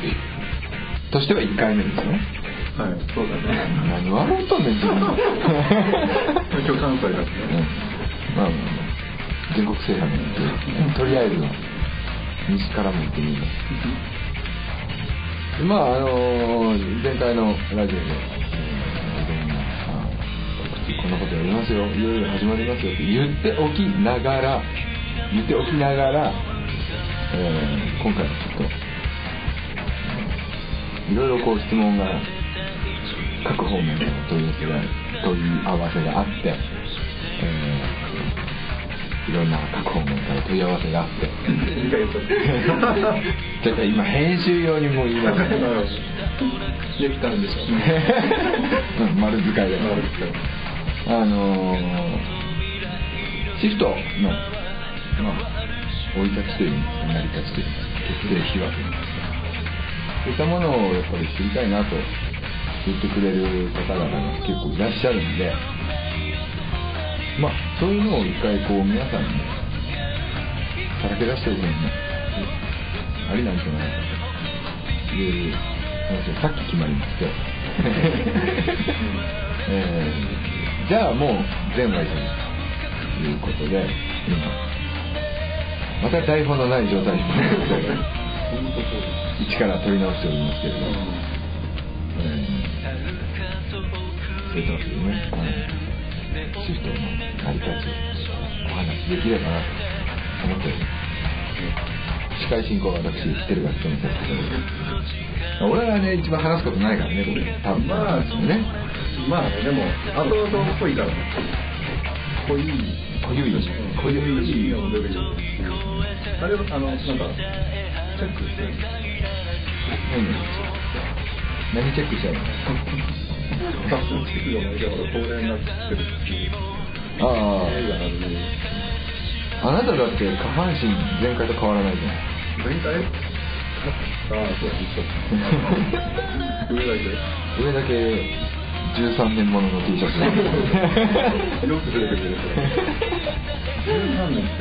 としては1回目ですよね。 はい、そうだね。 何笑うとんねん自分今日関西だしね。 まあ全国制覇にとりあえずは西からも行ってみます。まあ前回のラジオで、こんなことやりますよ、いよいよ始まりますよって言っておきながら、今回はちょっといろいろこう質問が各方面から問い合わせがあって、いろんな各方面から問い合わせがあってちょっと今編集用にもう言いますね。 できたんでしょう丸使いでシフトの生い立ちというんですか、成り立ちというんですか、決定秘話というんですか、そういったものをやっぱり知りたいなと言ってくれる方々が結構いらっしゃるんで、まあそういうのを一回こう皆さんにさらけ出しておくのもありなんじゃないかという話がさっき決まりましてじゃあもう全話ということで、今また台本のない状態に一から取り直しておりますけれども、そういったわけでね、シフトの成り立ちをお話しできればなと思っております。司会進行は私テルが務めさせていただきます。俺がね一番話すことないからね、これ多分まあでも後々っぽいから濃ゆいあれはなんかチェックして何チェックしちゃうの？ ファッションチェックが毎回恒例になってるっていう。 あなただって下半身前回と変わらないじゃん。 前回？そうだ、一緒。 上だけ13年ものの T シャツ。 よく出てくる。13年って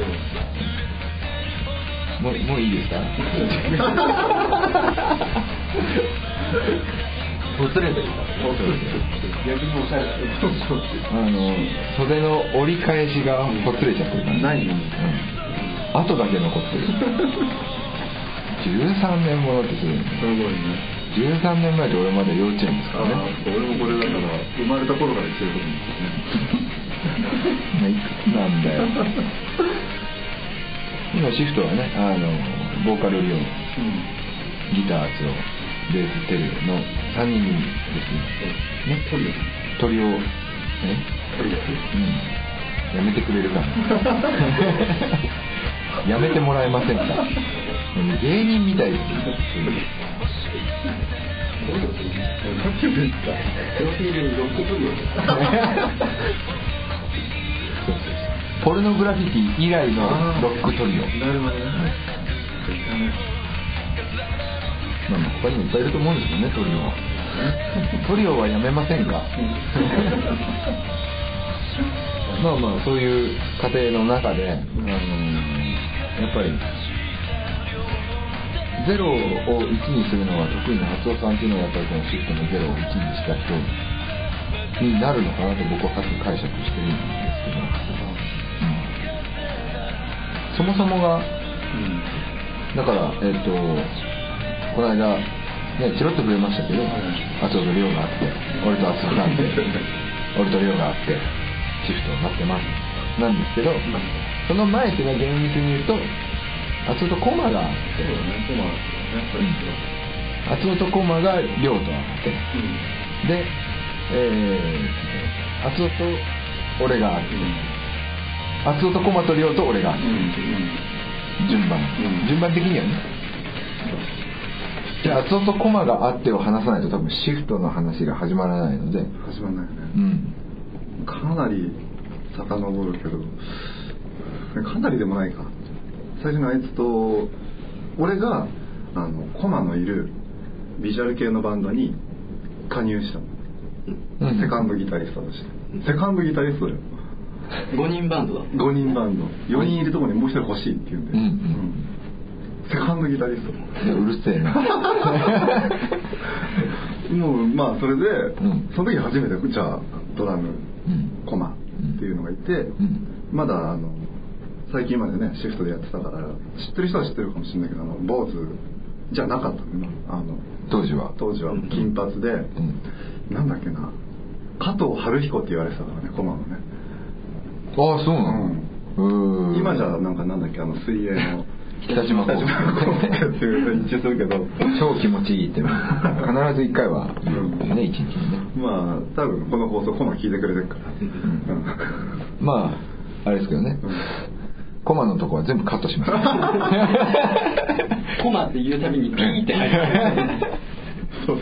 もういいですか？ ほつれてるから。逆におしゃれだ。 袖の折り返しがほつれちゃってるから。 ないのに。 後だけ残ってる。13年ものってすごいね。 すごいね。 13年前で俺まだ幼稚園ですからね。 俺もこれだから生まれた頃から言ってることですね。 いくつなんだよ。今シフトはね、ボーカルリオン、ギターツオ、ベーステルの3人組ですね。トリオやめてくれるかな。やめてもらえませんか。芸人みたいです。ポルノグラフィティ以来のロックトリオ。 なるほどね。 まあ他にもいっぱいいると思うんですよね、トリオは。トリオはやめませんか。まあそういう過程の中で、やっぱりゼロを1にするのが得意な初尾さんっていうのはやっぱりこのシフトのゼロを1にした人になるのかなと僕は解釈してるんですけど、そもそもが、だからこの間ねチロッと触れましたけど、厚尾と亮があって俺と厚尾があって俺と亮があってシフトになってますなんですけど、その前っていうのは厳密に言うと厚尾とコマがあって、厚尾とコマが亮とあって、で、厚尾と俺があって、厚尾とコマと亮と俺があって、順番的にはね。じゃあ厚尾とコマがあってを話さないと多分シフトの話が始まらないので。 始まらないよね。かなり遡るけど、かなりでもないか。最初にあいつと俺がコマのいるビジュアル系のバンドに加入したの、セカンドギタリストとして。セカンドギタリストだよ。 5人バンドだ。 5人バンド4人いるところにもう一人欲しいって言うんで、 セカンドギタリスト。 うるせえな。 もうまあそれで、その時初めてじゃあドラム、コマっていうのがいて、まだ最近までねシフトでやってたから知ってる人は知ってるかもしれないけど坊主じゃなかったのね。当時は金髪で、なんだっけな、加藤晴彦って言われてたからね、コマのね。 ああそうなの。 今じゃなんだっけ水泳の北島康介っていう一応するけど、 超気持ちいいって必ず1回は言うんだよね、1日にね。 まあ多分この放送コマ聞いてくれてるから、 まああれですけどね、コマのとこは全部カットします。 コマって言うたびにピーって入る。 そう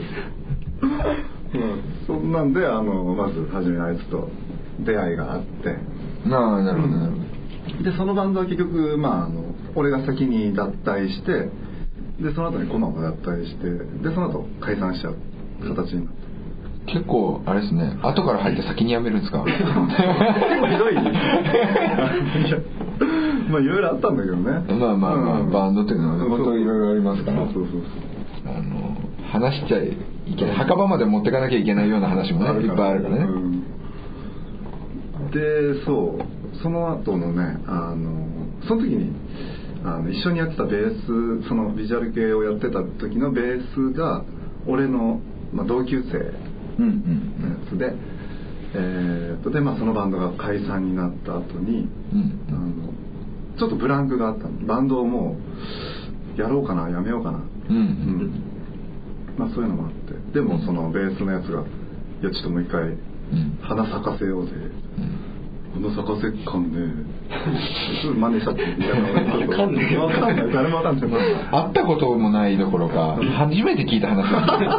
そんなんでまず初めあいつと出会いがあって、 なるほどなるほど。 でそのバンドは結局俺が先に脱退して、でその後にコマも脱退して、でその後解散しちゃう形になった。 結構あれですね、後から入って先に辞めるんですか。 結構ひどい。まあいろいろあったんだけどね。 まあバンドっていうのは本当いろいろありますから。 そう話しちゃいけない、墓場まで持ってかなきゃいけないような話もねいっぱいあるからね。 でその後のねその時に一緒にやってたベース、そのビジュアル系をやってた時のベースが俺の、同級生のやつで、でそのバンドが解散になった後に、ちょっとブランクがあったの。バンドをもうやろうかなやめようかな、そういうのもあって、でもそのベースのやつがいやちょっともう一回花咲かせようぜ、花咲かせっかんね真似したって言ったら分かんない誰も分かんない。 会ったこともないどころか初めて聞いた話だ。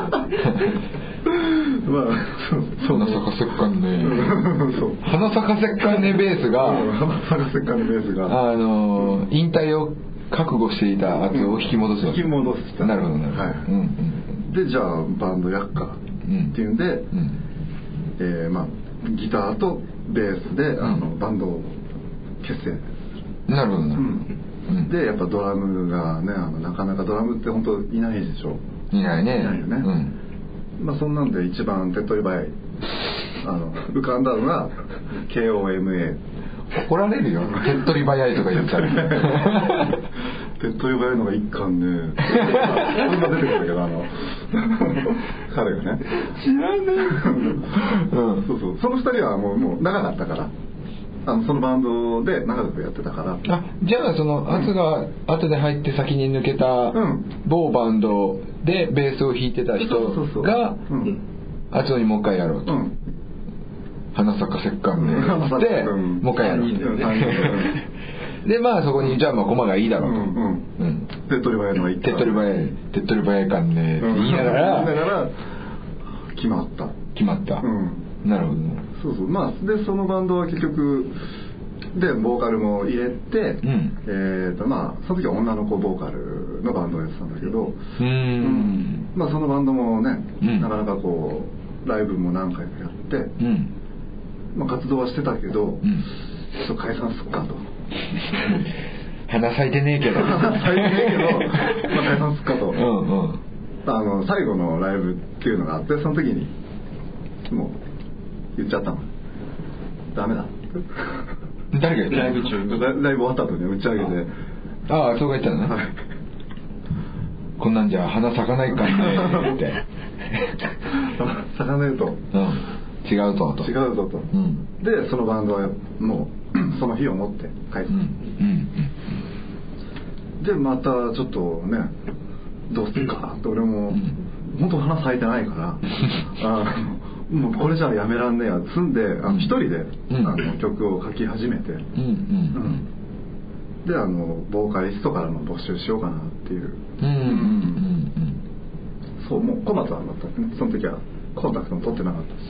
花咲かせっかんね、花咲かせっかんねベースが、 花咲かせっかんねベースが引退を覚悟していたやつを引き戻すわけ。 引き戻した。 なるほどなるほど。 でじゃあバンドやっかっていうんで、ギターとベースでバンドを結成。 なるほどなるほど。でやっぱドラムがねなかなかドラムって本当いないでしょ。 いないね。 いないよね。そんなんで一番手っ取り早い浮かんだのが KOMA。 怒られるよ。手っ取り早いとか言ったら。 手っ取り早いのが一巻ね。そんな出てくるんだけど彼がね。 知らねえ。 その二人はもう長かったから。そのバンドで長くやってたから。 じゃあそのアツが後で入って先に抜けた某バンドでベースを弾いてた人がアツにもう一回やろうと。花咲かせっかんねでもう一回やろう。でそこにじゃあコマがいいだろうと。 手っ取り早いのがいい。 手っ取り早いかんねって言いながら決まった。 なるほどね。 でそのバンドは結局でボーカルも入れて、その時は女の子ボーカルのバンドをやってたんだけど、そのバンドもね、なかなかライブも何回かやって、活動はしてたけど、ちょっと解散すっかと。 花咲いてねえけど解散すっかと。最後のライブっていうのがあって、その時にもう言っちゃったの。ダメだ。 誰が言ったの？ ライブ終わった後に打ち上げで。 そうが言ったのね。こんなんじゃ花咲かないかねって。 咲かねえと。 違うぞと。 でそのバンドはもうその日をもって解散。でまたちょっとねどうするかって俺も本当花咲いてないから。もうこれじゃあやめらんねえやつんで一人で曲を書き始めて、でボーカリストからの募集しようかなっていう。そうもう小松はだったね。その時はコンタクトも取ってなかったし、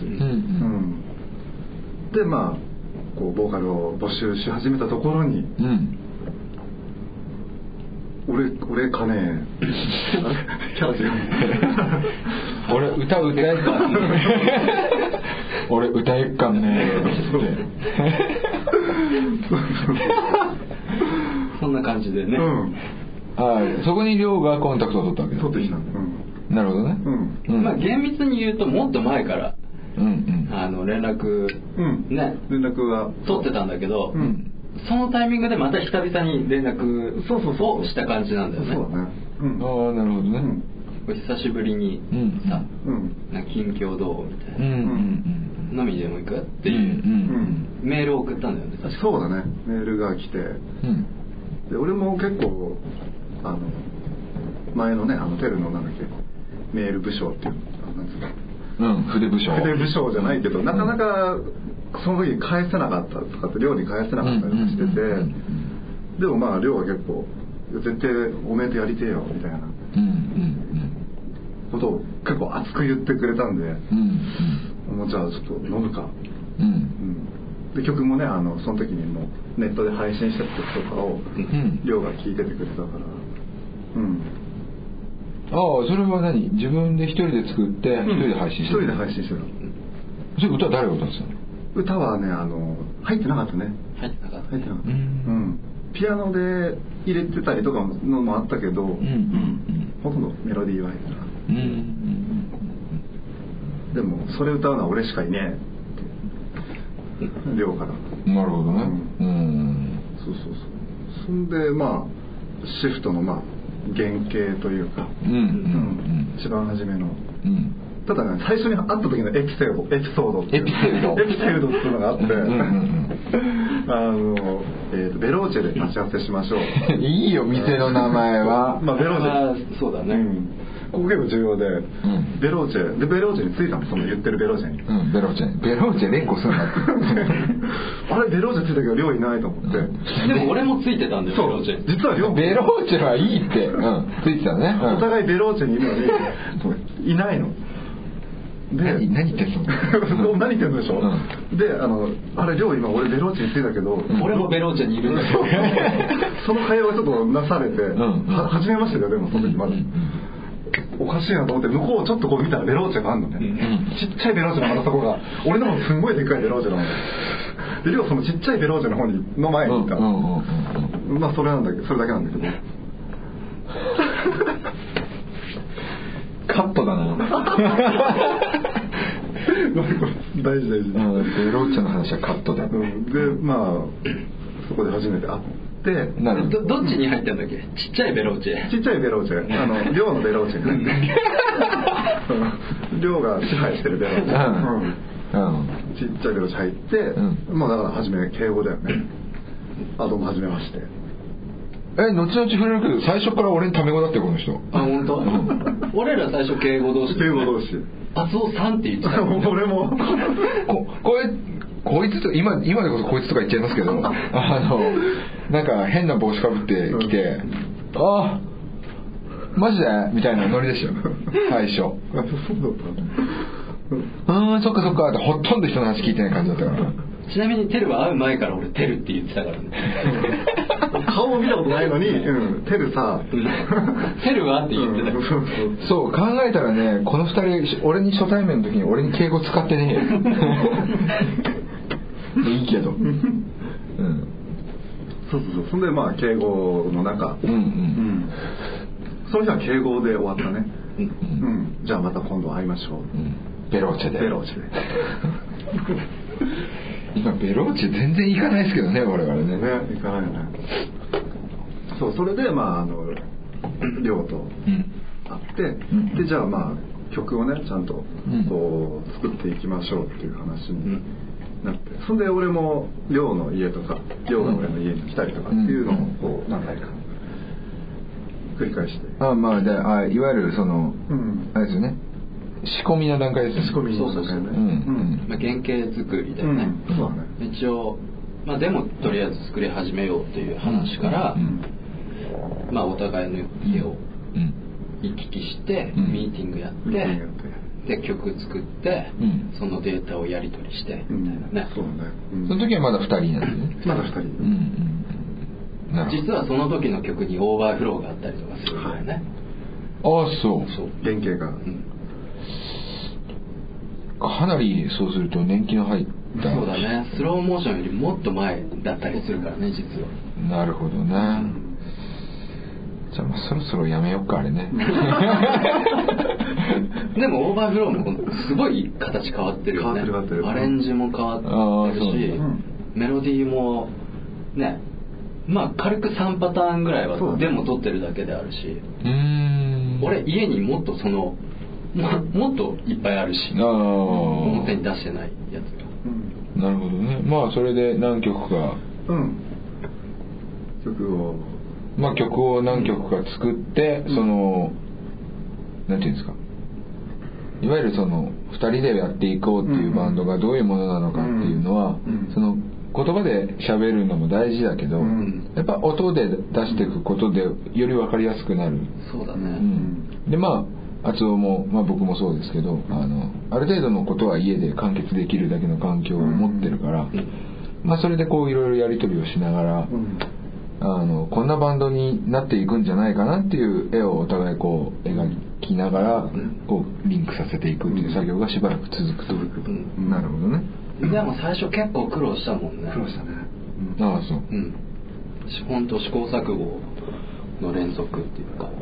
でボーカルを募集し始めたところに、俺かねキャラ違う。 俺歌えっか俺歌えっかんねそんな感じでね、 そこに亮がコンタクトを取ったわけだ。 取ってきたんだ。 なるほどね。 まあ厳密に言うともっと前から連絡ね連絡は取ってたんだけど、そのタイミングでまた久々に連絡をした感じなんだよね。 そうだね。 ああ、なるほどね。 久しぶりにさ、なんか近況どうみたいな、飲みでも行くっていうメールを送ったんだよね。確かそうだね。メールが来て、で俺も結構前のねテルのなんだっけメール部署っていうなんですか。 筆部署じゃないけど、なかなかその時返せなかったとかって寮に返せなかったりしてて、でもまあ寮は結構絶対おめでとやりてえよみたいなことを結構熱く言ってくれたんで、もうじゃあちょっと飲むか、で曲もねその時にもうネットで配信した曲とかを寮が聴いててくれたから、 それは何？自分で一人で作って一人で配信してた。一人で配信してた。 それ歌誰が歌ってたの？ 歌はね入ってなかったね。 入ってなかった。 ピアノで入れてたりとかのもあったけど、ほとんどメロディーは入ってなかった。でもそれ歌うのは俺しかいねえって寮から。 なるほどね。 そうそんでまあシフトのまあ原型というか、一番初めの、ただね最初に会った時のエピソードっていうのがあってベローチェで待ち合わせしましょう。 いいよ店の名前は。 まあベローチェ。 そうだね。 ここ結構重要で、ベローチェに着いたの、その言ってるベローチェに。 ベローチェ連呼するなって。 あれベローチェ着いたけど寮いないと思って。 でも俺もついてたんだよ。ベローチェ。 実は寮ベローチェはいいって、ついてたね。 お互いベローチェにいるのにいないの。で何言ってんの？ 何言ってんのでしょ。であれ寮今俺ベローチェに着いたけど、 俺もベローチェにいるんだけど。 その会話がちょっとなされて、初めましてだよでもその時まだ。おかしいなと思って向こうをちょっとこう見たらベローチェがあるのね、ちっちゃいベローチェのまたそこが俺の方すんごいでっかいベローチェなので寮そのちっちゃいベローチェの方の前にいた、まあそれだけなんだけどカットだな。 大事ベローチェの話はカットだ。 でまあそこで初めて会って、 どっちに入ってんだっけ？ちっちゃいベローチェ。 ちっちゃいベローチェ。寮のベローチェに入って寮が支配してるベローチェ。ちっちゃいベローチェ入って、まあだから初め敬語だよね。どうも初めまして。 後々触れるけど最初から俺にタメ語だってこの人。 本当？俺ら最初敬語同士。厚尾さんって言ってた。 俺もこいつと今でこそこいつとか言っちゃいますけどなんか変な帽子かぶってきてマジでみたいなノリでしたよ最初。 そうだったそっかそっかってほとんど人の話聞いてない感じだったから。 ちなみにテルは会う前から俺テルって言ってたからね。 顔も見たことないのに、テルさテルはって言ってた。 そう考えたらねこの二人俺に初対面の時に俺に敬語使ってねえいいけどそうそんでまあ敬語の中その日は敬語で終わったね。じゃあまた今度会いましょう。 ベローチェで今ベローチェ全然行かないですけどね我々ね。 行かないよね。そうそれでまあ寮と会って、でじゃあまあ曲をねちゃんとこう作っていきましょうっていう話になって、それで俺も寮の家とか寮が俺の家に来たりとかっていうのをこう何回か繰り返して、 まあでいわゆるその、あれですよね仕込みの段階です。 仕込みの段階ね。 原型作りだよね。 そうだね。 一応まあでもとりあえず作り始めようっていう話から、まあお互いの家を行き来して、ミーティングやってで曲作って、そのデータをやり取りしてみたいなね。 そうね。 その時はまだ2人なんですね。 まだ2人。 実はその時の曲にオーバーフローがあったりとかするんだよね。 そう原型が。 かなりそうすると年季の入ったそうだねスローモーションよりもっと前だったりするからね実は。 なるほどね、 じゃあそろそろやめようか、あれね。 でもオーバーフローもすごい形変わってるよね。 変わってる。 アレンジも変わってるし、メロディーもね、まあ軽く3パターンぐらいはでも撮ってるだけであるし、俺家にもっともっといっぱいあるし、表に出してないやつが。 なるほどね。まあそれで何曲か、曲を何曲か作って、なんていうんですか、いわゆる2人でやっていこうっていうバンドがどういうものなのかっていうのは、言葉で喋るのも大事だけど、やっぱ音で出していくことでより分かりやすくなる。 そうだね。 で厚尾も、僕もそうですけど、ある程度のことは家で完結できるだけの環境を持ってるから、それでいろいろやり取りをしながら、こんなバンドになっていくんじゃないかなっていう絵をお互い描きながらリンクさせていくっていう作業がしばらく続くと。なるほどね。 でも最初結構苦労したもんね。 苦労したね。 ああ、そう。 本当試行錯誤の連続っていうか。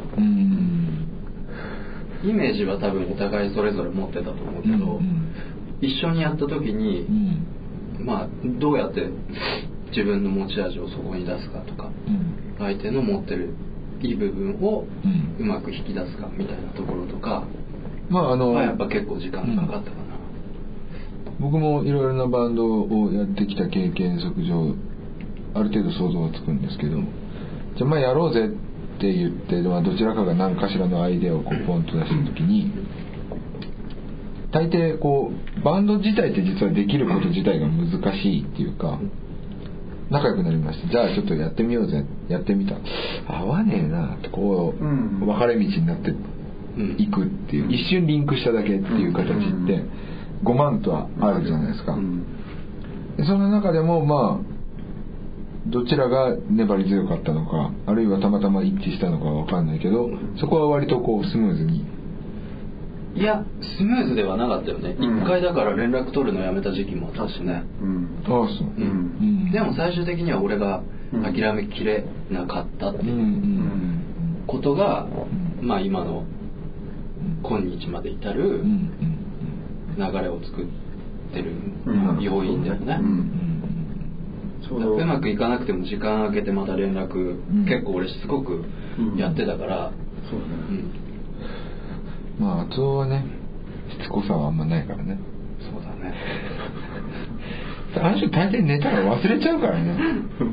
イメージは多分お互いそれぞれ持ってたと思うけど、一緒にやった時に、どうやって自分の持ち味をそこに出すかとか、相手の持ってるいい部分をうまく引き出すかみたいなところとか、やっぱ結構時間かかったかな。 僕もいろいろなバンドをやってきた経験則上ある程度想像がつくんですけど、じゃあやろうぜって言って、どちらかが何かしらのアイデアをポンと出した時に、大抵バンド自体って実はできること自体が難しいっていうか、仲良くなりました、じゃあちょっとやってみようぜ、やってみた、合わねえなって分かれ道になっていくっていう、一瞬リンクしただけっていう形って5万とはあるじゃないですか。でその中でもどちらが粘り強かったのか、あるいはたまたま一致したのかは分かんないけど、そこは割とスムーズに。 いやスムーズではなかったよね。一回だから連絡取るのやめた時期もあったしね。でも最終的には俺が諦めきれなかったっていうことが、今の今日まで至る流れを作ってる要因だよね。うまくいかなくても時間空けてまた連絡、結構俺しつこくやってたから。 厚尾はね、しつこさはあんまないからね。 そうだね。 あの人大抵寝たら忘れちゃうからね。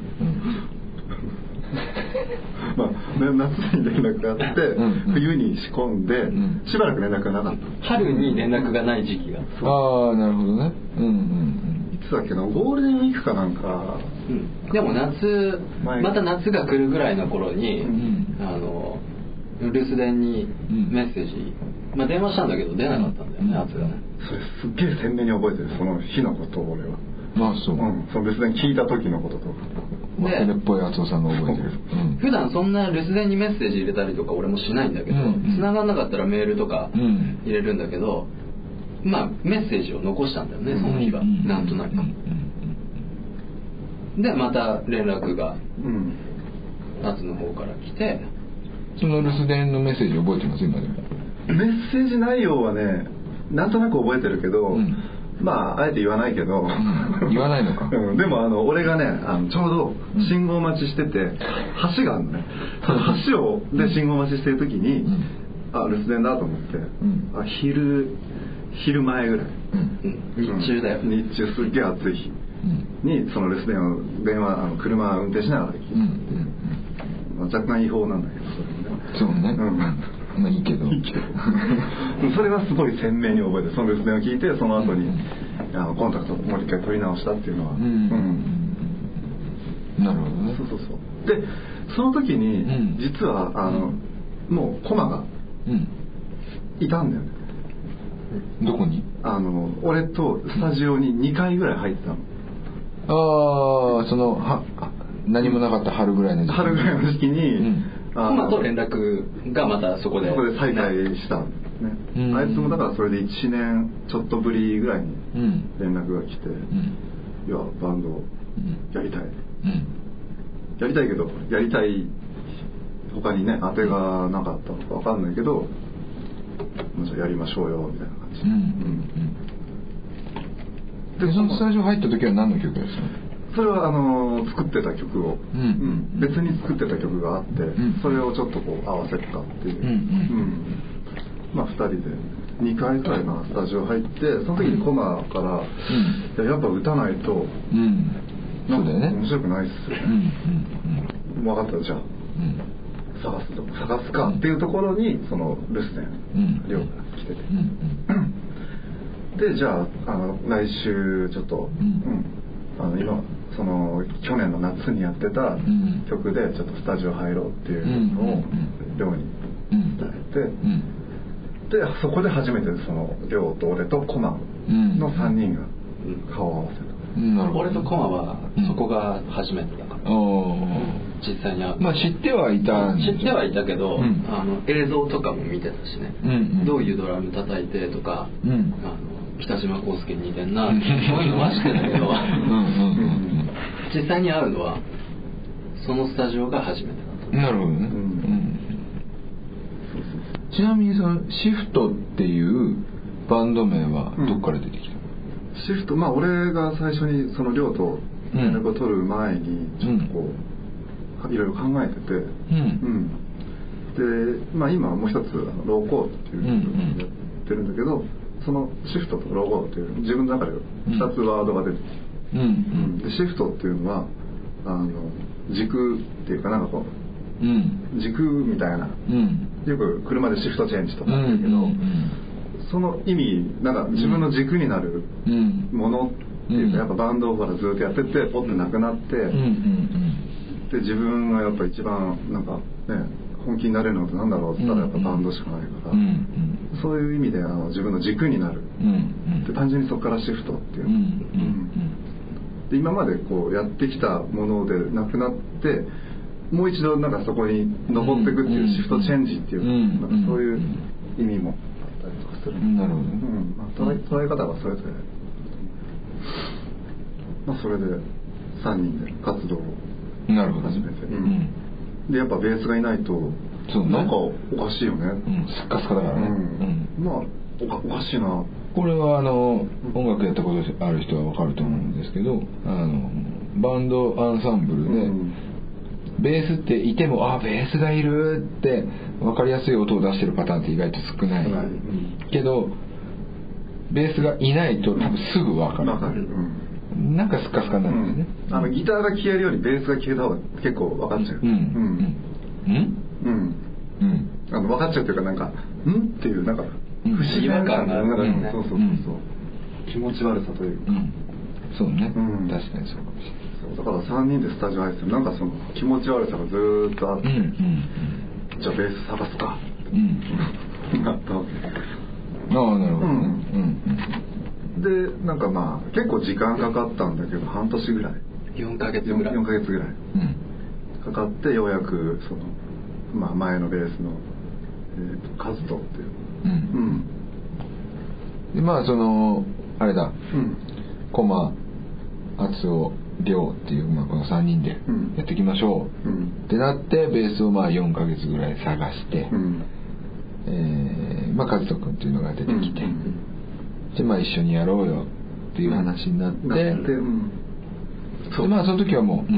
夏に連絡があって、冬に仕込んで、しばらく連絡がなかった。 春に連絡がない時期が。 ああ、なるほどね。 いつだっけな、ゴールデンウィークかなんか。 でもまた夏が来るぐらいの頃に、留守電にメッセージ、電話したんだけど出なかったんだよね、夏がね。 それすっげえ鮮明に覚えてる、その日のことを俺は。 そう。 その留守電聞いた時のこととか。 それっぽい厚尾さんが覚えてる。 普段そんな留守電にメッセージ入れたりとか俺もしないんだけど、繋がんなかったらメールとか入れるんだけど、メッセージを残したんだよね、その日は。なんとなく。でまた連絡が夏の方から来て、 その留守電のメッセージ覚えてます今でも。 メッセージ内容はね、なんとなく覚えてるけど、あえて言わないけど、 言わないのか。 でも俺がね、ちょうど信号待ちしてて、橋があるのね。橋で信号待ちしてる時に、留守電だと思って、昼前ぐらい、 日中だよ。 日中すっげえ暑い日にその留守電を車運転しながら聞いて、若干違法なんだけど、 そうね。いいけどそれはすごい鮮明に覚えてる。その留守電を聞いて、その後にコンタクトをもう一回取り直したっていうのは。 なるほどね。 そうでその時に、実はもうコマがいたんだよね。 どこに？ 俺とスタジオに2回ぐらい入ってたの。 何もなかった春ぐらいの時期に、 コマと連絡がまたそこで再開したんですね。あいつもだからそれで1年ちょっとぶりぐらいに連絡が来て、いやバンドやりたい、やりたいけどやりたい他にね当てがなかったのか分かんないけど、じゃあやりましょうよみたいな感じで、そのスタジオ入った時は何の曲ですか？ それは作ってた曲を、別に作ってた曲があって、それをちょっとこう合わせたっていう、まあ2人で2回くらいスタジオ入って、その時にコマから、やっぱ歌ないと、なんか面白くないっすよね、分かったらじゃあ、探すかっていうところにその留守電亮が来てて、でじゃあ来週ちょっと、今その去年の夏にやってた曲でちょっとスタジオ入ろうっていうのを亮に伝えて、でそこで初めてその亮と俺とコマの3人が顔を合わせた。 俺とコマはそこが初めてだから、実際にまあ知ってはいたけど、映像とかも見てたしね、どういうドラム叩いてとか、北島康介に似てんなってそういうのは知ってたけど実際に会うのはそのスタジオが初めてだった。 なるほどね、ちなみにそのシフトっていうバンド名はどっから出てきた？ シフト、まあ俺が最初にその亮と連絡を取る前にちょっとこういろいろ考えてて、で、まあ今もう一つローコーっていうのをやってるんだけど、そのシフトとロゴっていう自分の中で2つワードが出てきて、でシフトっていうのは軸っていうかなんかこう、軸みたいな、よく車でシフトチェンジとかあるけど、その意味なんか自分の軸になるものっていうか、やっぱバンドをほらずっとやっててポッてなくなって、で自分がやっぱ一番なんかね本気になれるのってなんだろうって言ったらやっぱバンドしかないから、そういう意味で自分の軸になる、で単純にそこからシフトっていう、で今までこうやってきたものでなくなってもう一度なんかそこに登っていくっていうシフトチェンジっていう、なんかそういう意味もあったりとかする。 なるほど、 まあ、捉え方がそれぞれ、まあ、それで3人で活動を始めて、でやっぱベースがいないとなんかおかしいよね、 スッカスカだからね、 まあおかしいな。 これは音楽やったことある人は分かると思うんですけど、バンドアンサンブルで、ベースっていてもベースがいるって分かりやすい音を出してるパターンって意外と少ない、けどベースがいないと多分すぐ分かる、なんかスカスカになるんですね、 ギターが消えるよりベースが消えた方が結構分かっちゃう、分かっちゃうっていうかなんかっていうなんか不思議な感があるね、そう気持ち悪さというか、 そうね、確かにそうかもしれない。 だから3人でスタジオ入ってなんかその気持ち悪さがずーっとあって、じゃあベース探すかなったわけ。 なるほどね、 でなんかまあ結構時間かかったんだけど半年ぐらい 4ヶ月ぐらいかかってようやくその、まあ、前のベースの、カズトっていうでまあそのあれだ、コマ厚尾亮っていう、この3人でやっていきましょう、ってなってベースをまあ4ヶ月ぐらい探して、カズト君っていうのが出てきて、でまあ一緒にやろうよっていう話になって、でまあその時はもう、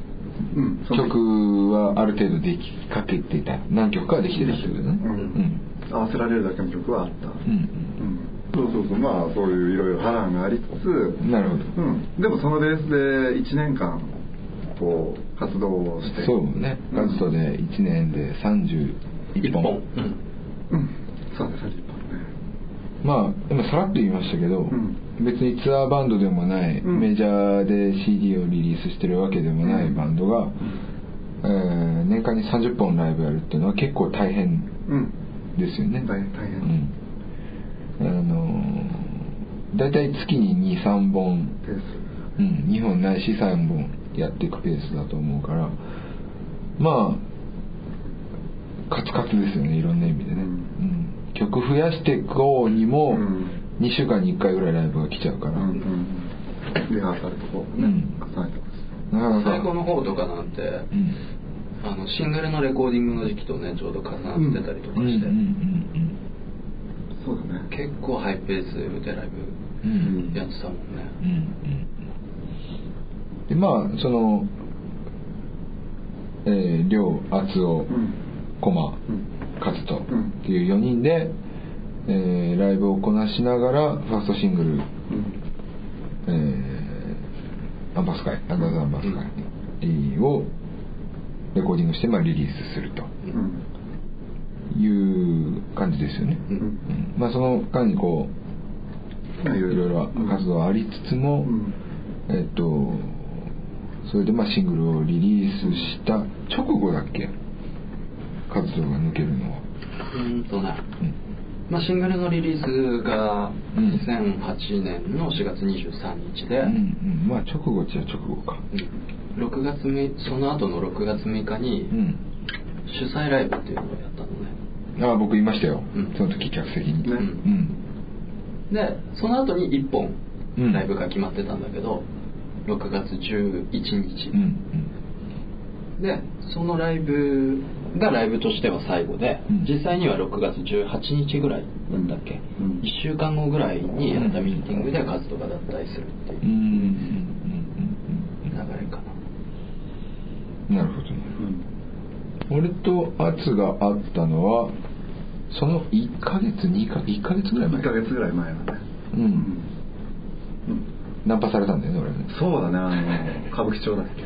曲はある程度できかけてた、何曲かはできてたってことね、 合わせられるだけの曲はあった、そうまあそういういろいろ波乱がありつつ、 なるほど、 でもそのベースで1年間こう活動をして、 そうね、カズトで1年で31本、 そうね、31本ね。 まあ今さらっと言いましたけど、別にツアーバンドでもない、メジャーで CD をリリースしてるわけでもないバンドが、年間に30本ライブやるっていうのは結構大変ですよね。 大変。 だいたい月に 2,3 本ペース、 2本ないし3本やっていくペースだと思うから、まあカツカツですよね、いろんな意味でね、曲増やしていこうにも、2週間に1回ぐらいライブが来ちゃうから、 リハーサルとこうね、重ねてます。 最後の方とかなんて、 シングルのレコーディングの時期とねちょうど重なってたりとかして、 そうだね、 結構ハイペースでライブやってたもんね。 でまあその亮、厚尾、駒、勝人っていう4人で、ライブをこなしながらファーストシングル、アンバスカイアンダーザアンバスカイをレコーディングして、まあ、リリースするという感じですよね。まあその間にこういろいろ活動ありつつも、それでまあシングルをリリースした直後だっけ、活動が抜けるのは。 まあ、シングルのリリースが2008年の4月23日で、 まあ直後っちゃ直後か、 6月その後の6月6日に主催ライブっていうのをやったのね。 僕いましたよ、その時客席に、 でその後に1本ライブが決まってたんだけど、6月11日、でそのライブがライブとしては最後で、実際には6月18日ぐらいだったっけ、1週間後ぐらいにやったミーティングで活動が脱退するっていう流れかな。 なるほどね。俺とアツが会ったのはその1ヶ月1ヶ月ぐらい前。 1ヶ月ぐらい前だね。 ナンパされたんだよね俺ね。 そうだね、歌舞伎町だっけ。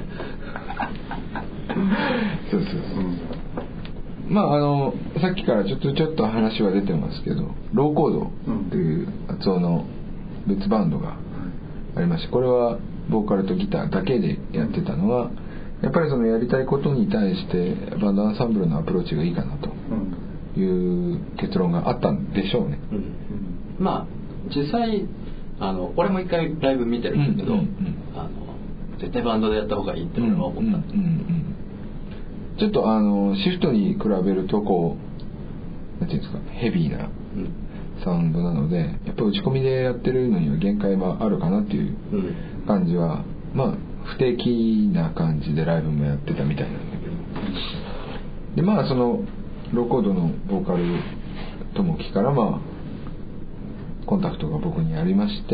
そう、まあさっきからちょっと話は出てますけど、ローコードっていう厚尾の別バンドがありまして、これはボーカルとギターだけでやってたのが、やっぱりそのやりたいことに対してバンドアンサンブルのアプローチがいいかなという結論があったんでしょうね。 まあ実際俺も一回ライブ見てるんだけど、絶対バンドでやった方がいいって俺は思った。 ちょっとシフトに比べるとこうなんていうんですか、ヘビーなサウンドなので、やっぱり打ち込みでやってるのには限界はあるかなっていう感じは、まあ不定期な感じでライブもやってたみたいなんだけど、でまあそのローコードのボーカル友樹からまあコンタクトが僕にありまして、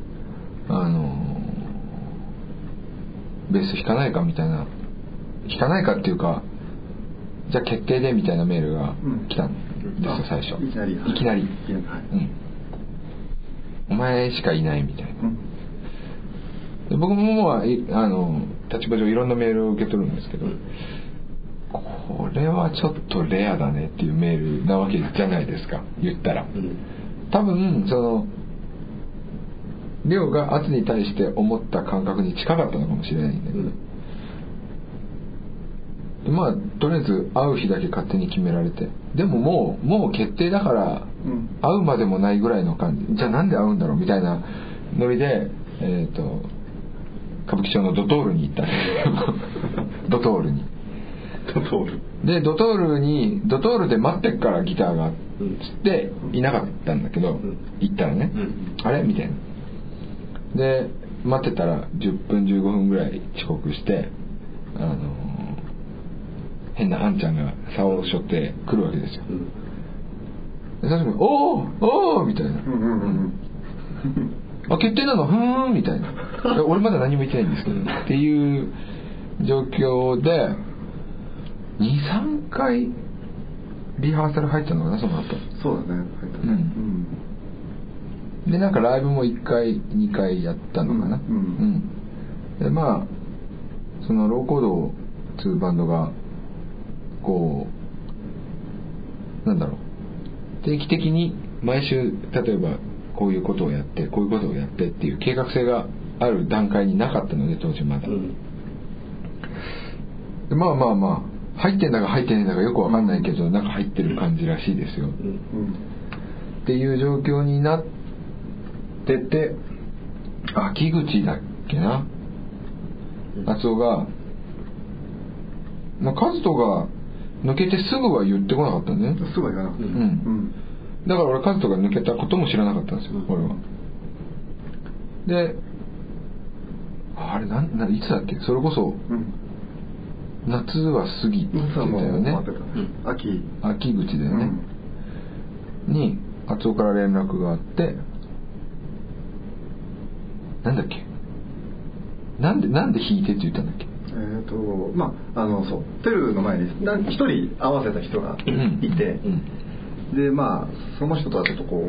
ベース弾かないかみたいな、弾かないかっていうか、じゃあ決定でみたいなメールが来たんですよ、最初。いきなり、お前しかいないみたいな。で僕ももう立場上いろんなメールを受け取るんですけど、これはちょっとレアだねっていうメールなわけじゃないですか、言ったら。多分そのリョウが圧に対して思った感覚に近かったのかもしれないんだけど、まあとりあえず会う日だけ勝手に決められて、でももう決定だから、会うまでもないぐらいの感じ、じゃあなんで会うんだろうみたいなノリで歌舞伎町のドトールに行ったんですよ。ドトールでドトールで待ってっからギターがつっていなかったんだけど、行ったらね、あれみたいなで待ってたら10分15分ぐらい遅刻して、変なあんちゃんが竿を背負って来るわけですよ。で最初におーみたいな、あ決定なのふーんみたいな俺まだ何も言ってないんですけどっていう状況で 2,3 回リハーサル入ったのかな、その後。 そうだね、入ったね。 でなんかライブも1回2回やったのかな。でまあそのローコード2バンドがこうなんだろう、定期的に毎週例えばこういうことをやってこういうことをやってっていう計画性がある段階になかったので当時まだ、でまあ入ってんだか入ってねえんだかよくわかんないけど、なんか入ってる感じらしいですよ、っていう状況になってて、秋口だっけな、夏男が、カズトが抜けてすぐは言ってこなかったんだね。 すぐは言わなかった。 だから俺カズトが抜けたことも知らなかったんですよ、俺は。で、あれいつだっけ、それこそ、 夏は過ぎてたよね。秋口だよね、に厚尾から連絡があって、なんだっけ、なんで弾いてって言ったんだっけ。 そうテルの前に一人合わせた人がいて、でその人とはちょっとこ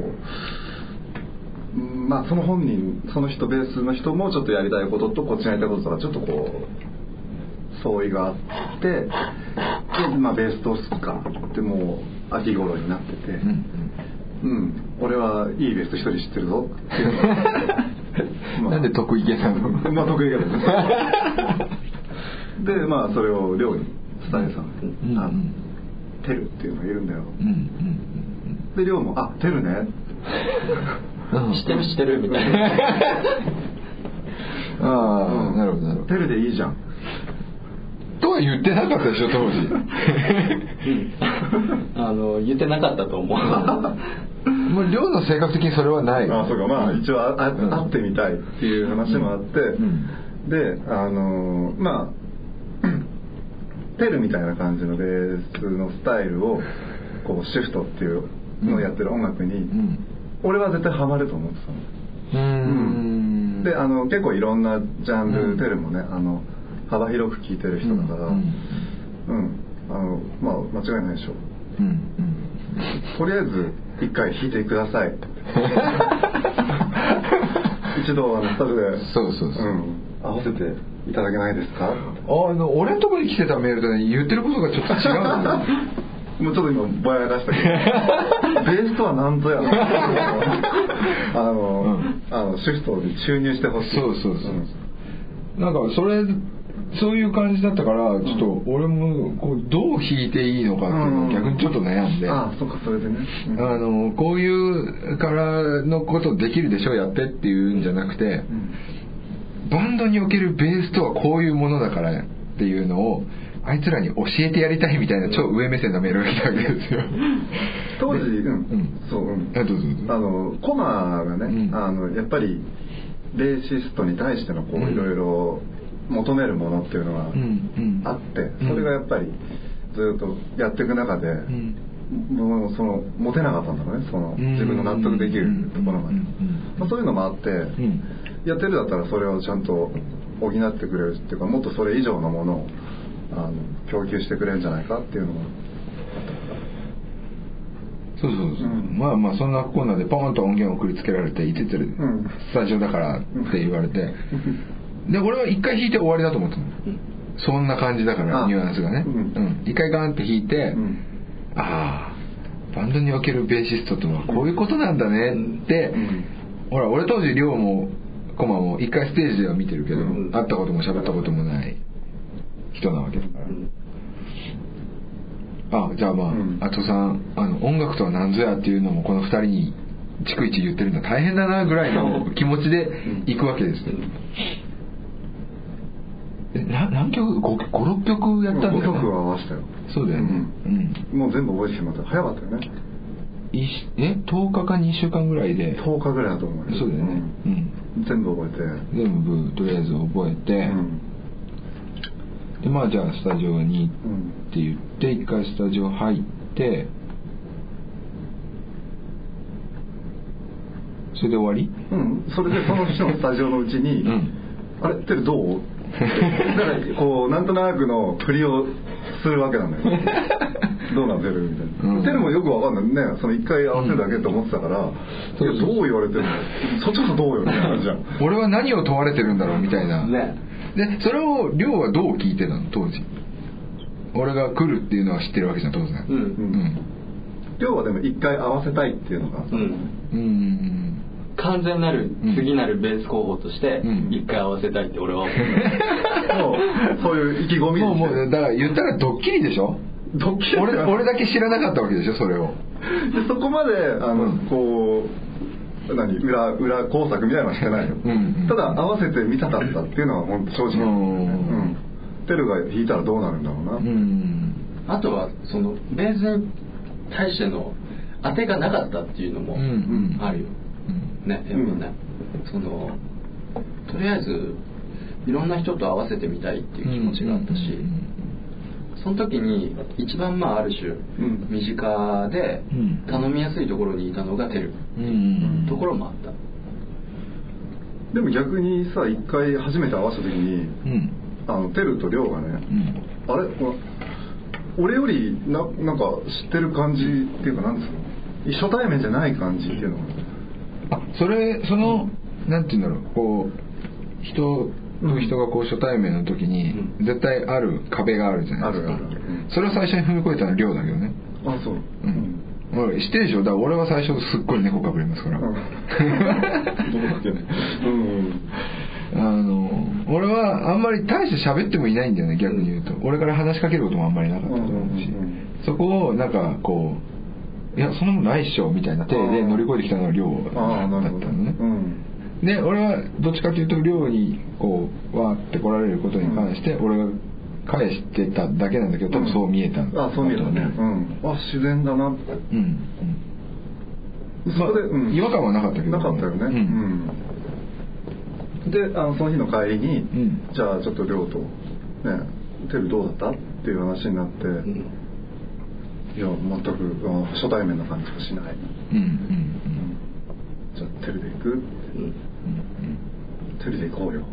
うその本人、その人ベースの人もちょっとやりたいこととこっちがやりたいこととかちょっとこう相違があって、でベースどうするかってもう秋頃になってて、俺はいいベース一人知ってるぞっていうなんで得意げなの。 得意げですでそれを亮に伝えたの、テルっていうのがいるんだよ、で亮もテルね知ってるみたいななるほどなるほど。 テルでいいじゃんとは言ってなかったでしょ当時。 言ってなかったと思う。 もう亮の性格的にそれはない。 そうか、一応会ってみたいっていう話もあって、でテルみたいな感じのベースのスタイルをこうシフトっていうのをやってる音楽に、俺は絶対ハマると思ってたの。で結構いろんなジャンル、テルもね幅広く聴いてる人だから、間違いないでしょ。とりあえず一回弾いてください。一度スタジオで合わせていただけないですか。 俺のところに来てたメールで、ね、言ってることがちょっと違うんだよ。 もうちょっと今ぼやかしたけどベースとは何ぞやシフトに注入してほしい。そうなんかそういう感じだったから、ちょっと俺もこうどう弾いていいのかっていうのを逆にちょっと悩んで、 そうか、それでね、 こういうからのことできるでしょやってっていうんじゃなくて、バンドにおけるベースとはこういうものだからっていうのをあいつらに教えてやりたいみたいな超上目線のメールが来たわけですよ。 当時コマがね、やっぱりベーシストに対してのこういろいろ求めるものっていうのがあって、それがやっぱりずっとやっていく中で、もう持てなかったんだろうね、自分の納得できるところまで、そういうのもあって、やってるだったらそれをちゃんと補ってくれるっていうか、もっとそれ以上のものを供給してくれるんじゃないかっていうのがそう、そんなコーナーでポーンと音源を送りつけられて、5つスタジオだからって言われて、で俺は一回弾いて終わりだと思ったの、そんな感じだからニュアンスがね、一回ガンって弾いて、バンドにおけるベーシストとはこういうことなんだねって、ほら俺当時亮もコマも一回ステージでは見てるけど、会ったことも喋ったこともない人なわけだから、じゃああとさん音楽とは何ぞやっていうのもこの2人に逐一言ってるのは大変だなぐらいの気持ちで行くわけです。何曲5、6曲やったんだよね。 5曲は合わせたよ。 そうだよね、 もう全部覚えてしまった。早かったよね。 10日か2週間ぐらいで。 10日ぐらいだと思うよ。 そうだよね、 全部覚えて、 全部とりあえず覚えて、でじゃあスタジオにって言って一回スタジオ入って、それで終わり？ それでその人のスタジオのうちに、あれテルどう？だからこうなんとなくの振りをするわけなんだよ。どうなってるみたいな。テルもよくわかんないね。その一回合わせるだけって思ってたから、どう言われてるの？そっちこそどうよみたいな感じじゃん。 俺は何を問われてるんだろうみたいな。でそれを亮はどう聞いてたの当時？俺が来るっていうのは知ってるわけじゃん当然。 亮はでも一回合わせたいっていうのが。 完全なる次なるベース候補として一回合わせたいって俺は思う。 そういう意気込みもうだから言ったらドッキリでしょ。俺だけ知らなかったわけでしょそれを。 でそこまでこう裏工作みたいなのはしてないよ。ただ合わせてみたかったっていうのは本当正直。テルが弾いたらどうなるんだろうな。 あとはそのベースに対しての当てがなかったっていうのもあるよ。ね、やっぱね、とりあえずいろんな人と合わせてみたいっていう気持ちがあったし、 その時に一番ある種身近で頼みやすいところにいたのがテルところもあった。 でも逆にさ、一回初めて会わせた時に、テルとリョウがね、あれ俺よりなんか知ってる感じっていうか、なんですか、初対面じゃない感じっていうのが、 なんていうんだろう、こう人がこう初対面の時に絶対ある壁があるじゃないですか。それを最初に踏み越えたのはリョウだけどね。 あ、そう。 知ってるでしょ。だから俺は最初すっごい猫かぶりますから。俺はあんまり大して喋ってもいないんだよね、逆に言うと。俺から話しかけることもあんまりなかったと思うし、そこをなんかこう、いやそんなことないっしょみたいな手で乗り越えてきたのがリョウだったのね。で俺はどっちかというとリョウにこうわーって来られることに関して俺が返してただけなんだけど、多分そう見えたんだ。 そう見えたね。自然だなって。そこで違和感はなかったけど。 なかったよね。でその日の帰りに、じゃあちょっとリョウとね、テルどうだったっていう話になって、いや全く初対面な感じがしない。じゃあテルで行く？テルで行こうよ。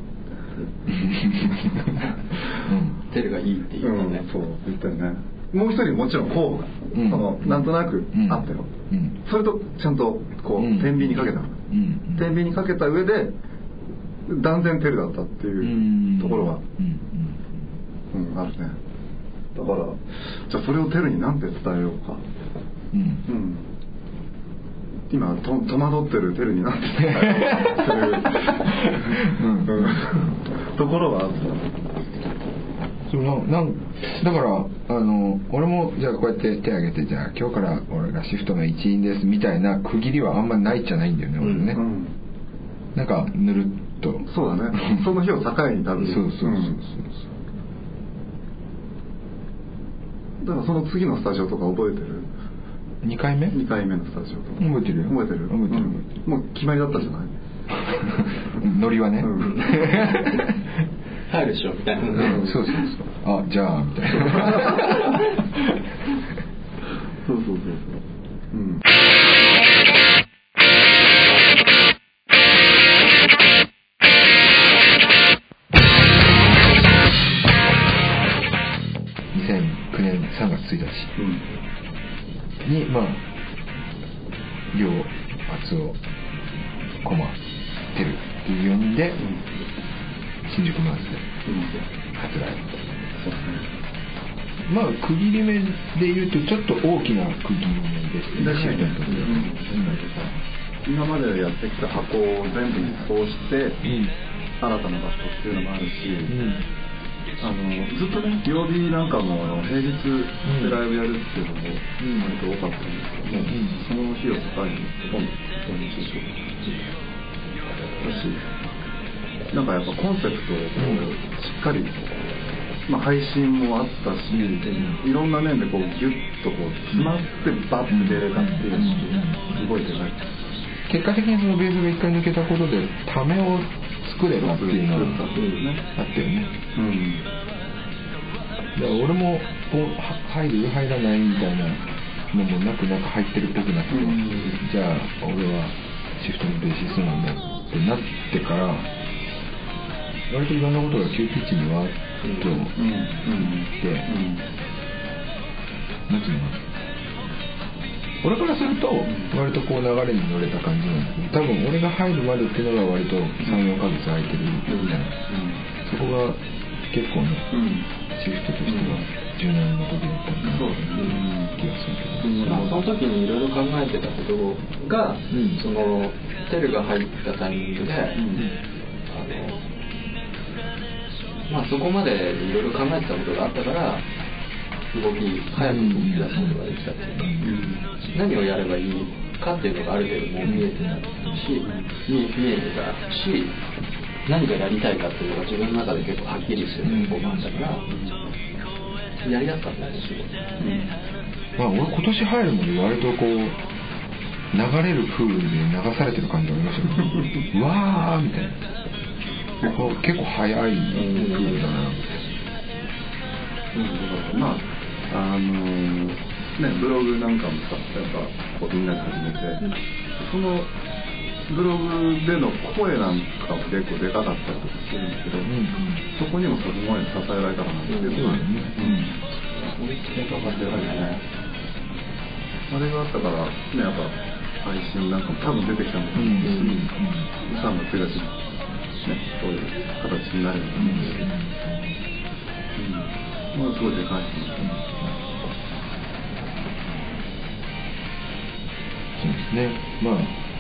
テルがいいって言ったね。 そう言ったよね。もう一人もちろん候補がなんとなくあったよ。それとちゃんとこう天秤にかけた。天秤にかけた上で断然テルだったっていうところはあるね。だからじゃあそれをテルに何て伝えようか。今戸惑ってるテルになってるところはあった。 だから俺もじゃあこうやって手挙げて、じゃあ今日から俺がシフトの一員ですみたいな区切りはあんまないじゃないんだよね、俺ね。なんかぬるっと。 そうだね。その日を境に多分。そう。だからその次のスタジオとか覚えてる？2回目のスタジオとか覚えてるよ。 もう決まりだったじゃないノリはね、 入るでしょみたいな。 そうあ、じゃあみたいな。 そう 2009年3月1日にリョウ、厚尾、コマ、テルっていう4人で新宿マーズで初ライブ。区切り目で言うとちょっと大きな区切り目ですね。 今までやってきた箱を全部一掃して、新たな場所っていうのもあるし、ずっとね、曜日なんかも平日でライブやるっていうのも割と多かったんですけども、その日を境にほとんど土日しだし、なんかやっぱコンセプトをしっかり、配信もあったし、いろんな面でこうギュッとこう詰まってバッて出れたっていうのすごいでかい。 結果的にそのベースが一回抜けたことでためを作れたっていうのがあったよね。だから俺もこう入る入らないみたいなのもなく入ってるっぽくなって、じゃあ俺はシフトのベーシストなんだってなってから割といろんなことが急ピッチにわーっといって、なんていうのかな、俺からすると割とこう流れに乗れた感じなんだけど、多分俺が入るまでっていうのが割と 3,4 ヶ月空いてるみたいな、そこが結構ね、シフトとしては柔軟な時だったんだなという気がするけど、 その時にいろいろ考えてたことが、そのテルが入ったタイミングで、そこまでいろいろ考えてたことがあったから早く動き出すことができたっていうか、何をやればいいかっていうのがある程度もう見えてたし、何がやりたいかっていうのが自分の中で結構はっきりしてるところもあったからやりやすかったんですよ。 俺今年入るのに割とこう流れるプールで流されてる感じがありましたけどわーみたいな、結構早いプールだなみたいな。 まあブログなんかもさ、やっぱこうみんなで始めて、そのブログでの声なんかも結構でかかったりとかするんですけど、そこにもすごい支えられたかなっていうのがでかかってるね。あれがあったからね、やっぱ配信なんかも多分出てきたんだと思うし、3月1日ね、そういう形になるんだと思うし、まあすごいでかいですね。 そうですね。まあ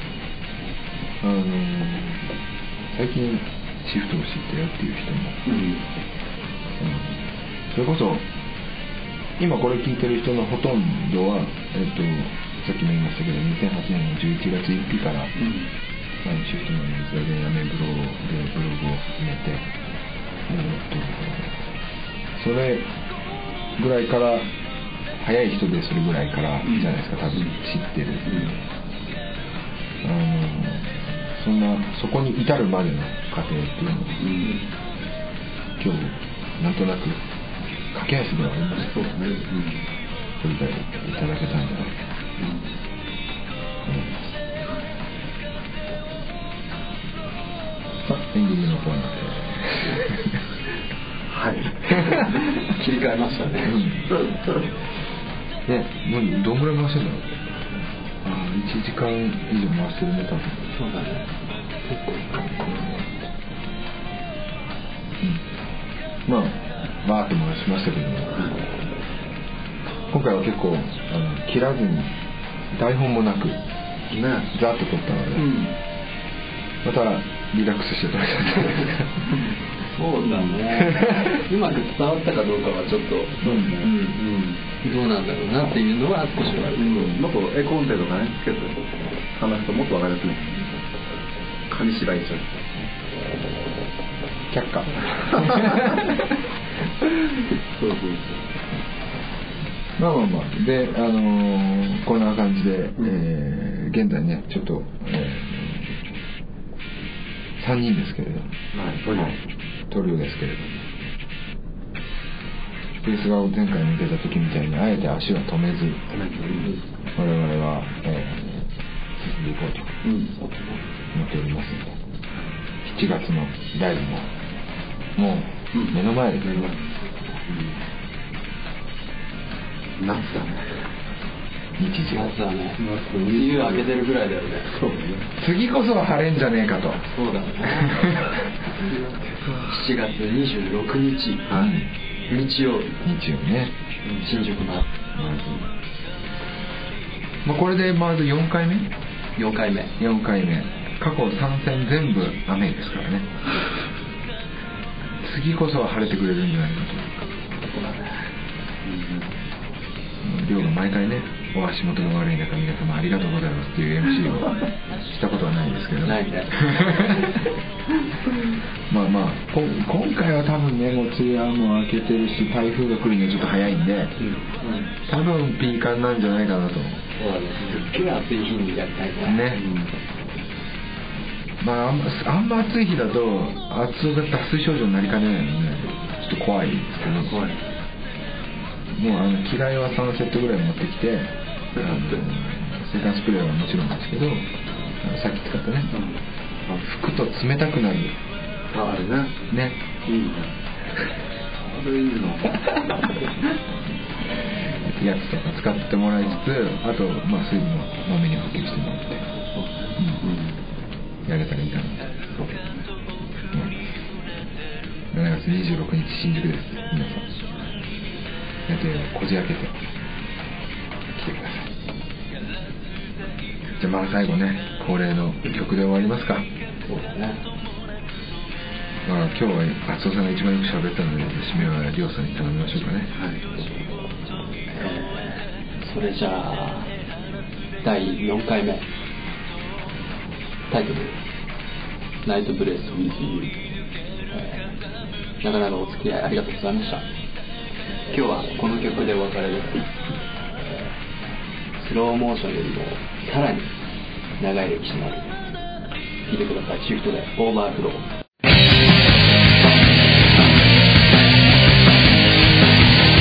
最近シフトを知ってるっていう人も、それこそ今これ聞いてる人のほとんどは、さっきも言いましたけど2008年の11月1日から、シフトの水でやめブログを始めて、それぐらいから早い人でそれぐらいからじゃないですか、多分知ってる、そこに至るまでの過程っていうのを、今日なんとなく駆け足ではありますけど、ご理解いただけたんじゃないかと思います。さあ、エンディングのコーナーではい切り替えましたね。 ね、もうどんぐらい回してるんだろう。1時間以上回してるね、多分。 そうだね。 まあバーッと回しましたけども、今回は結構切らずに台本もなく、ざっと撮ったので、またリラックスしてただけたんですか。 そうだね。うまく伝わったかどうかはちょっと、どうなんだろうなっていうのは少しはあるけど、 もっと絵コンテとかねつけて話すともっと分かりやすい。紙芝居一緒に却下。 そうまあでこんな感じで、現在ねちょっと、3人ですけれども、トリオですけれども、スペースが前回見てた時みたいにあえて足は止めず、我々は、進んでいこうと思っておりますので、7月のライブももう目の前で来ます。 夏だね。 日時が夏だね。梅雨明けてるぐらいだよね。 そうだね。 次こそは晴れんじゃねえかと。 そうだね。7月26日、日曜日ね、 新宿のこれでまず4回目 4回目過去3戦全部雨ですからね。次こそは晴れてくれるんじゃないかと。 そうだね。 亮が毎回ね、お足元が悪い中皆様ありがとうございますっていう MC をしたことはないですけど、 ないね。 まあ今回は多分ね、もう梅雨も明けてるし台風が来るにはちょっと早いんで、多分ピーカンなんじゃないかなと。 そうだね。すっげえ暑い日にやりたいね。 あんま暑い日だと脱水症状になりかねないので、ちょっと怖いですけど、もう着替えは3セットぐらい持ってきて、制汗スプレーはもちろんですけど、さっき使ったね、服と冷たくなるあれね。いいね。あれいいの。 やつとか使ってもらいつつ、あと水分をまめに補給してもらって、やれたらいいかなと。7月26日新宿です。皆さん予定をこじ開けて来てください。じゃあ最後ね、恒例の曲で終わりますか。 そうだね。 今日は厚尾さんが一番よく喋ったので、締めはりょうさんに頼みましょうかね。 それじゃあ第4回目、タイトルナイトブレス with you、なかなかお付き合いありがとうございました。今日はこの曲でお別れです。スローモーションよりもさらに長い歴史のある、聴いてください。シフトでオーバーフロー。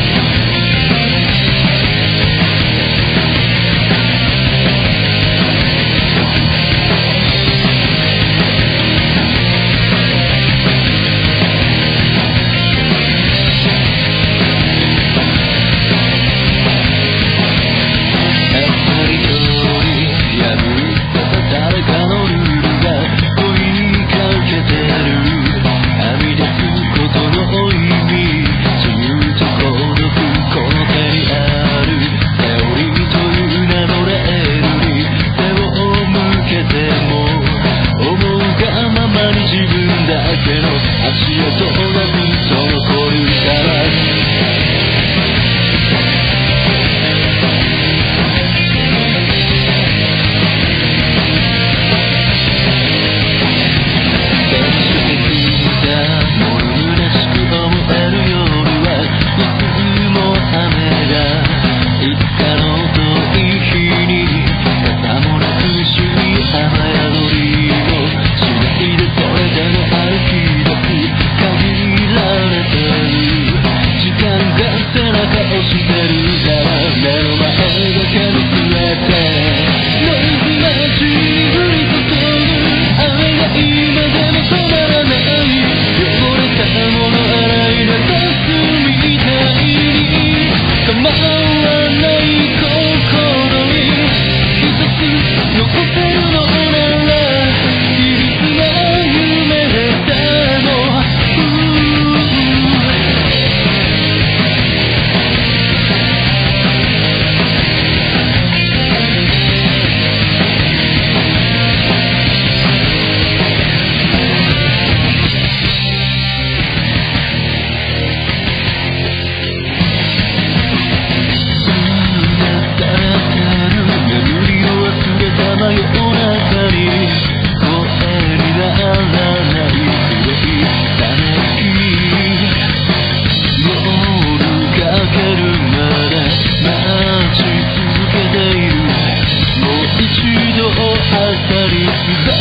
一度当たり